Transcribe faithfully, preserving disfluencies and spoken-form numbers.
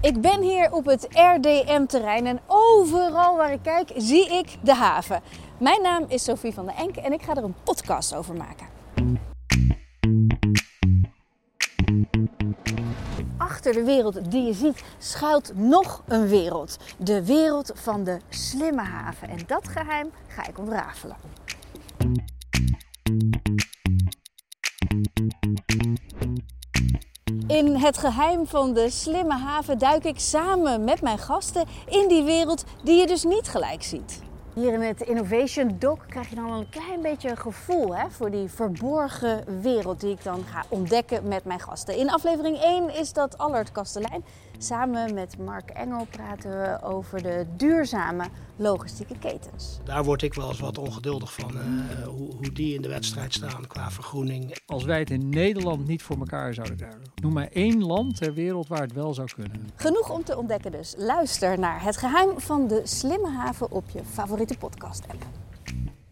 Ik ben hier op het R D M-terrein en overal waar ik kijk zie ik de haven. Mijn naam is Sophie van der Enk en ik ga er een podcast over maken. Achter de wereld die je ziet schuilt nog een wereld. De wereld van de slimme haven. En dat geheim ga ik ontrafelen. In het geheim van de slimme haven duik ik samen met mijn gasten in die wereld die je dus niet gelijk ziet. Hier in het Innovation Dock krijg je dan een klein beetje een gevoel hè, voor die verborgen wereld die ik dan ga ontdekken met mijn gasten. In aflevering één is dat Allard Kastelein. Samen met Mark Engel praten we over de duurzame logistieke ketens. Daar word ik wel eens wat ongeduldig van, uh, hoe, hoe die in de wedstrijd staan qua vergroening. Als wij het in Nederland niet voor elkaar zouden krijgen. Noem maar één land ter wereld waar het wel zou kunnen. Genoeg om te ontdekken dus. Luister naar Het Geheim van de Slimme Haven op je favoriete podcast app.